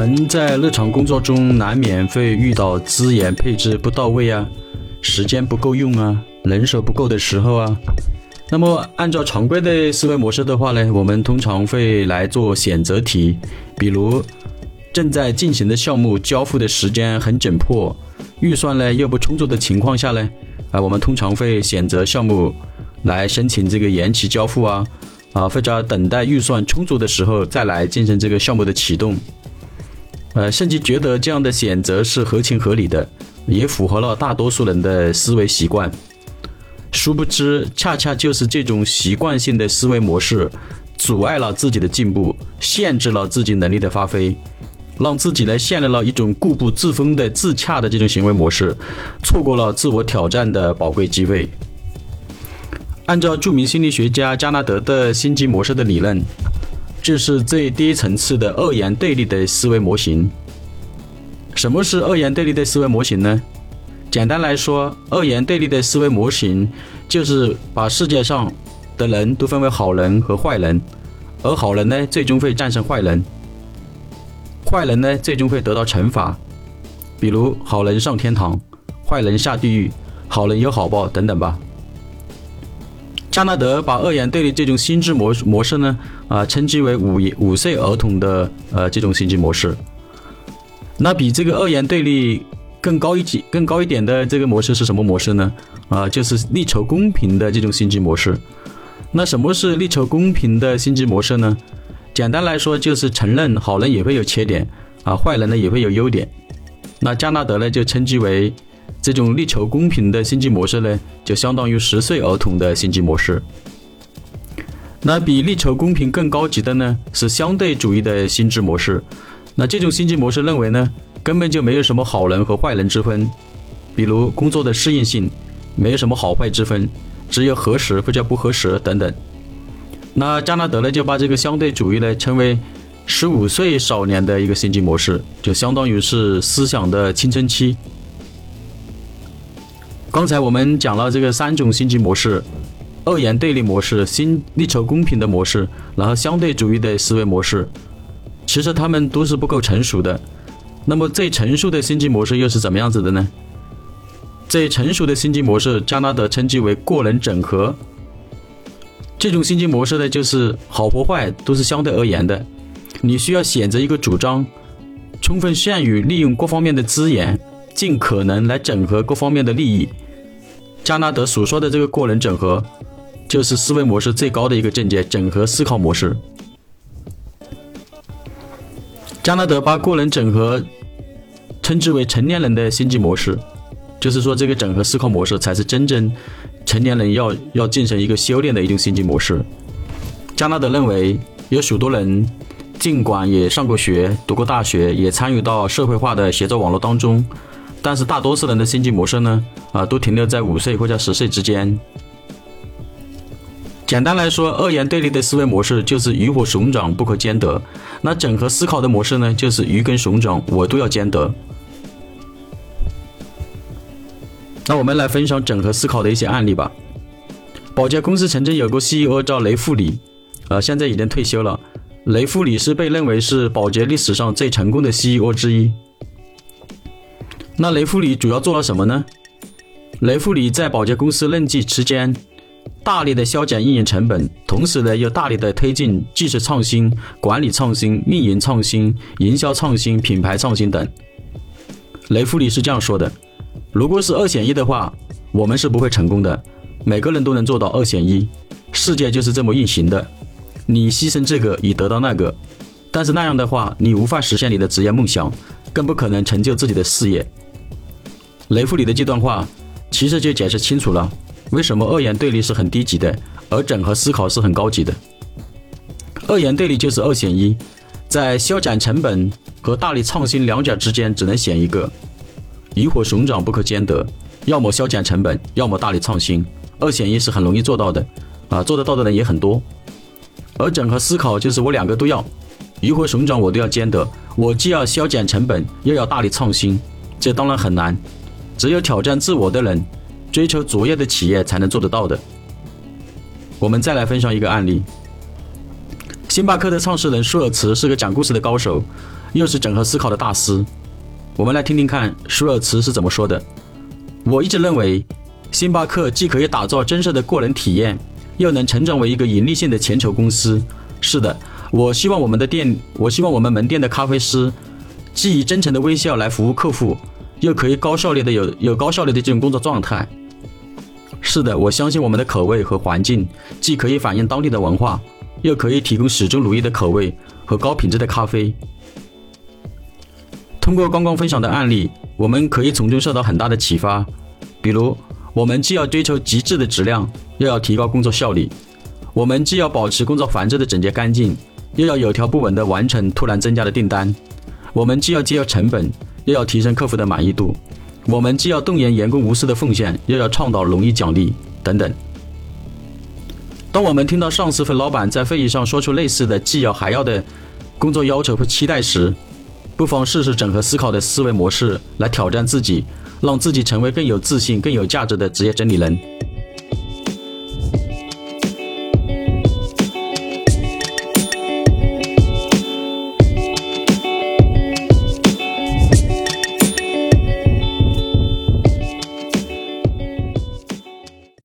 们在日常工作中难免会遇到资源配置不到位啊，时间不够用啊，人手不够的时候啊。那么按照常规的思维模式的话呢，我们通常会来做选择题，比如正在进行的项目交付的时间很紧迫，预算呢又不充足的情况下呢，我们通常会选择项目来申请这个延期交付啊，或者等待预算充足的时候再来进行这个项目的启动。甚至觉得这样的选择是合情合理的，也符合了大多数人的思维习惯。殊不知，恰恰就是这种习惯性的思维模式，阻碍了自己的进步，限制了自己能力的发挥，让自己呢陷入了一种固步自封的自洽的这种行为模式，错过了自我挑战的宝贵机会。按照著名心理学家加纳德的心机模式的理论，这是最低层次的二元对立的思维模型。什么是二元对立的思维模型呢？简单来说，二元对立的思维模型就是把世界上的人都分为好人和坏人，而好人呢最终会战胜坏人，坏人呢最终会得到惩罚，比如好人上天堂，坏人下地狱，好人有好报等等吧。加纳德把二元对立这种心智模式呢，称之为五岁儿童的这种心智模式。那比这个二元对立更高一点的这个模式是什么模式呢？就是力求公平的这种心智模式。那什么是力求公平的心智模式呢？简单来说，就是承认好人也会有缺点，坏人呢也会有优点。那加纳德呢就称之为这种力求公平的心智模式呢，就相当于10岁儿童的心智模式。那比力求公平更高级的呢，是相对主义的心智模式。那这种心智模式认为呢，根本就没有什么好人和坏人之分，比如工作的适应性，没有什么好坏之分，只有合适或者不合适等等。那加纳德呢，就把这个相对主义呢称为15岁少年的一个心智模式，就相当于是思想的青春期。刚才我们讲了这个3种心智模式：二元对立模式、力求公平的模式，然后相对主义的思维模式。其实他们都是不够成熟的。那么最成熟的心智模式又是怎么样子的呢？最成熟的心智模式，加纳德称之为过人整合。这种心智模式呢，就是好和坏都是相对而言的，你需要选择一个主张，充分善于利用各方面的资源，尽可能来整合各方面的利益。加纳德所说的这个过人整合，就是思维模式最高的一个境界，整合思考模式。加纳德把过人整合称之为成年人的心智模式，就是说这个整合思考模式才是真正成年人要进行一个修炼的一种心智模式。加纳德认为，有许多人尽管也上过学，读过大学，也参与到社会化的协作网络当中，但是大多数人的心智模式呢，都停留在5岁或者10岁之间。简单来说，二元对立的思维模式就是鱼和熊掌不可兼得，那整合思考的模式呢，就是鱼跟熊掌我都要兼得。那我们来分享整合思考的一些案例吧。宝洁公司曾经有个 CEO 叫雷富里，现在已经退休了。雷富里是被认为是宝洁历史上最成功的 CEO 之一。那雷富里主要做了什么呢？雷富里在宝洁公司任期期间，大力的削减运营成本，同时呢又大力的推进技术创新、管理创新、运营创新、营销创新、品牌创新等。雷富里是这样说的：如果是2选1的话，我们是不会成功的。每个人都能做到2选1，世界就是这么运行的。你牺牲这个以得到那个，但是那样的话，你无法实现你的职业梦想，更不可能成就自己的事业。雷富里的这段话其实就解释清楚了为什么二元对立是很低级的，而整合思考是很高级的。二元对立就是2选1，在削减成本和大力创新两者之间只能选一个，鱼和熊掌不可兼得，要么削减成本，要么大力创新。2选1是很容易做到的，做得到的人也很多。而整合思考就是我2个都要，鱼和熊掌我都要兼得，我既要削减成本，又要大力创新，这当然很难，只有挑战自我的人，追求卓越的企业才能做得到的。我们再来分享一个案例。星巴克的创始人舒尔茨是个讲故事的高手， 又是整合思考的大师。我们来听听看舒尔茨是怎么说的。我一直认为，星巴克既可以打造真实的个人体验，又能成长为一个盈利性的全球公司。是的，我希望我们门店的咖啡师既以真诚的微笑来服务客户，又可以有高效率的这种工作状态。是的，我相信我们的口味和环境既可以反映当地的文化，又可以提供始终如一的口味和高品质的咖啡。通过刚刚分享的案例，我们可以从中受到很大的启发。比如，我们既要追求极致的质量，又要提高工作效率；我们既要保持工作环境的整洁干净，又要有条不紊地完成突然增加的订单；我们既要节约成本，又要提升客户的满意度；我们既要动员员工无私的奉献，又要倡导荣誉奖励等等。当我们听到上司和老板在会议上说出类似的既要还要的工作要求和期待时，不妨试试整合思考的思维模式来挑战自己，让自己成为更有自信、更有价值的职业经理人。